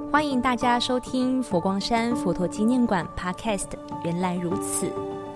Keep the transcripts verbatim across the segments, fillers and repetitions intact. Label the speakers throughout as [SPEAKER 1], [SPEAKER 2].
[SPEAKER 1] 欢迎大家收听佛光山佛陀纪念馆 Podcast。 原来如此，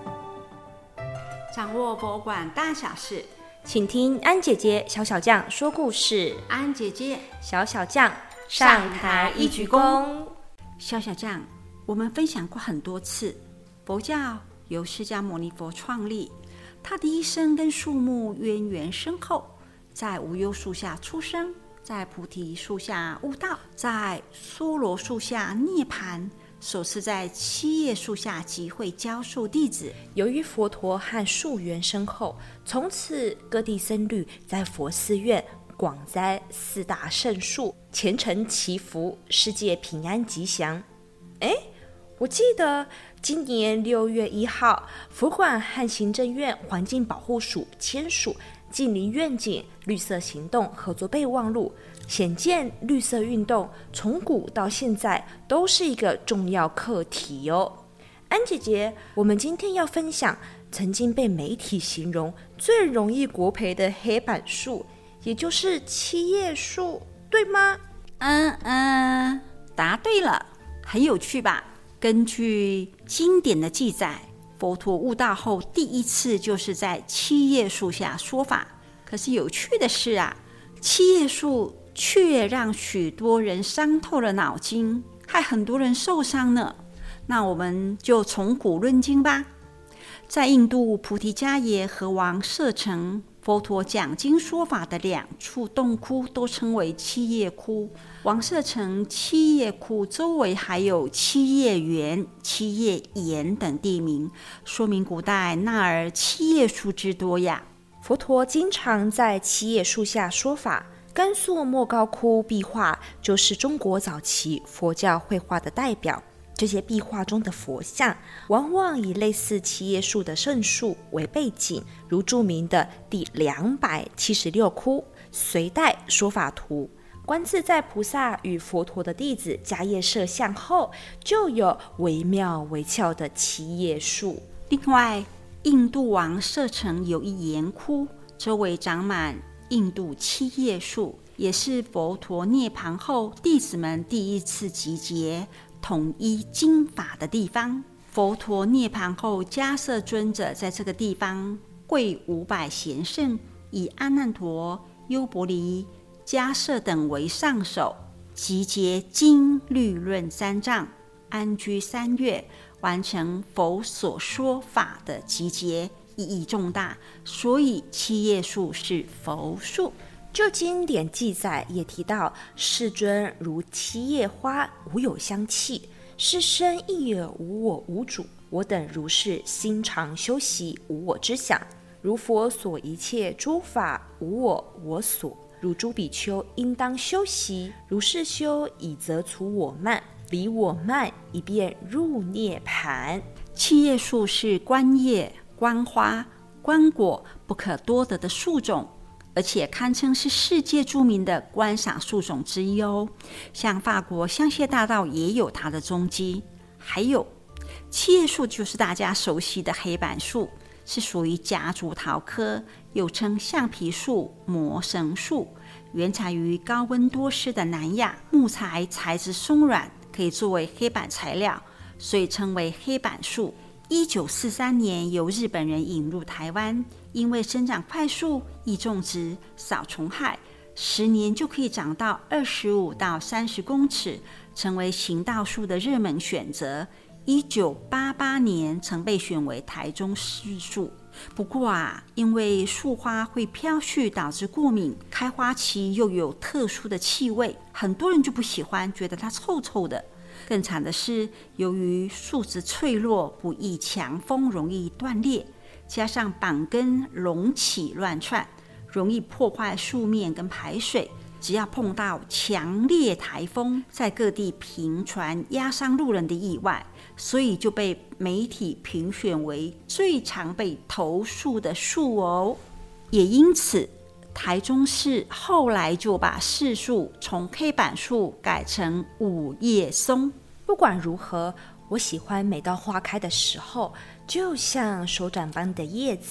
[SPEAKER 2] 掌握博物馆大小事，
[SPEAKER 1] 请听安姐姐小小将说故事。
[SPEAKER 2] 安姐姐
[SPEAKER 1] 小小将上台一鞠躬。
[SPEAKER 2] 小小将，我们分享过很多次，佛教由释迦牟尼佛创立，他的一生跟树木渊源深厚，在无忧树下出生，在菩提树下悟道，在娑罗树下涅槃，首次在七叶树下集会教授弟子。
[SPEAKER 1] 由于佛陀和树缘深厚，从此各地僧侣在佛寺院广栽四大圣树，虔诚祈福，世界平安吉祥。哎，我记得今年六月一号，佛馆和行政院环境保护署签署近邻愿景绿色行动合作备忘录，显见绿色运动从古到现在都是一个重要课题哦。安姐姐，我们今天要分享曾经被媒体形容最容易国赔的黑板树，也就是七叶树，对吗？
[SPEAKER 2] 嗯嗯，答对了，很有趣吧？根据经典的记载，佛陀悟道后第一次就是在七叶树下说法。可是有趣的是啊，七叶树却让许多人伤透了脑筋，害很多人受伤呢。那我们就从古论今吧。在印度菩提迦耶和王舍城，佛陀讲经说法的两处洞窟都称为七叶窟。王舍城七叶窟周围还有七叶园、七叶岩等地名，说明古代那儿七叶树之多呀。
[SPEAKER 1] 佛陀经常在七叶树下说法，甘肃莫高窟壁画就是中国早期佛教绘画的代表。这些壁画中的佛像往往以类似七叶树的圣树为背景，如著名的第两百七十六窟隋代说法图，观自在菩萨与佛陀的弟子迦叶摄像后，就有惟妙惟肖的七叶树。
[SPEAKER 2] 另外，印度王舍城有一岩窟，周围长满印度七叶树，也是佛陀涅槃后弟子们第一次集结统一经法的地方。佛陀涅槃后，迦叶尊者在这个地方会五百贤圣，以阿难陀、优婆离、迦叶等为上首，集结经律论三藏，安居三月，完成佛所说法的集结，意义重大，所以七叶树是佛树。
[SPEAKER 1] 就经典记载也提到，世尊如七叶花，无有香气，是身亦也无我无主，我等如是心常修习，无我之想，如佛所一切诸法，无我我所，如诸比丘应当修习，如是修，以则除我慢，离我慢，以便入涅槃。
[SPEAKER 2] 七叶树是观叶、观花、观果不可多得的树种，而且堪称是世界著名的观赏树种之一哦。像法国香榭大道也有它的踪迹。还有，七叶树就是大家熟悉的黑板树，是属于夹竹桃科，又称橡皮树、魔神树，原产于高温多湿的南亚，木材材质松软，可以作为黑板材料，所以称为黑板树。一九四三年由日本人引入台湾，因为生长快速、易种植、少虫害，十年就可以长到二十五到三十公尺，成为行道树的热门选择。一九八八年曾被选为台中市树。不过啊，因为树花会飘絮导致过敏，开花期又有特殊的气味，很多人就不喜欢，觉得它臭臭的。更惨的是，由于树质脆弱，不易强风，容易断裂，加上板根隆起乱窜，容易破坏树面跟排水。只要碰到强烈台风，在各地频传压伤路人的意外，所以就被媒体评选为最常被投诉的树哦。也因此，台中市后来就把市树从黑板树改成五叶松。
[SPEAKER 1] 不管如何，我喜欢每到花开的时候，就像手掌般的叶子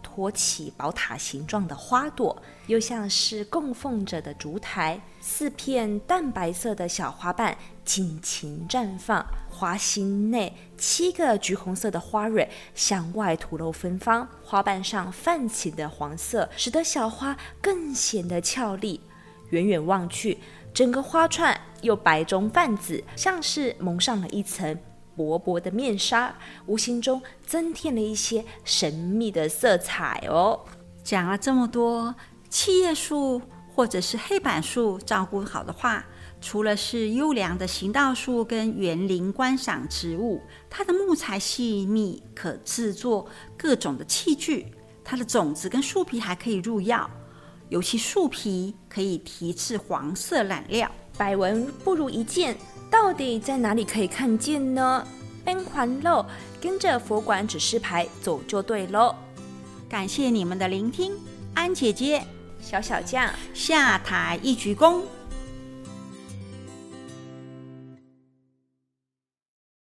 [SPEAKER 1] 托起宝塔形状的花朵，又像是供奉着的烛台。四片淡白色的小花瓣尽情绽放，花心内七个橘红色的花蕊向外吐露芬芳，花瓣上泛起的黄色使得小花更显得俏丽。远远望去，整个花串又白中泛紫，像是蒙上了一层薄薄的面纱，无形中增添了一些神秘的色彩哦。
[SPEAKER 2] 讲了这么多，七叶树或者是黑板树照顾好的话，除了是优良的行道树跟园林观赏植物，它的木材细密，可制作各种的器具。它的种子跟树皮还可以入药，尤其树皮可以提制黄色染料。
[SPEAKER 1] 百闻不如一见，到底在哪里可以看见呢？边环路，跟着佛馆指示牌走就对喽。
[SPEAKER 2] 感谢你们的聆听，安姐姐、
[SPEAKER 1] 小小酱
[SPEAKER 2] 下台一鞠躬。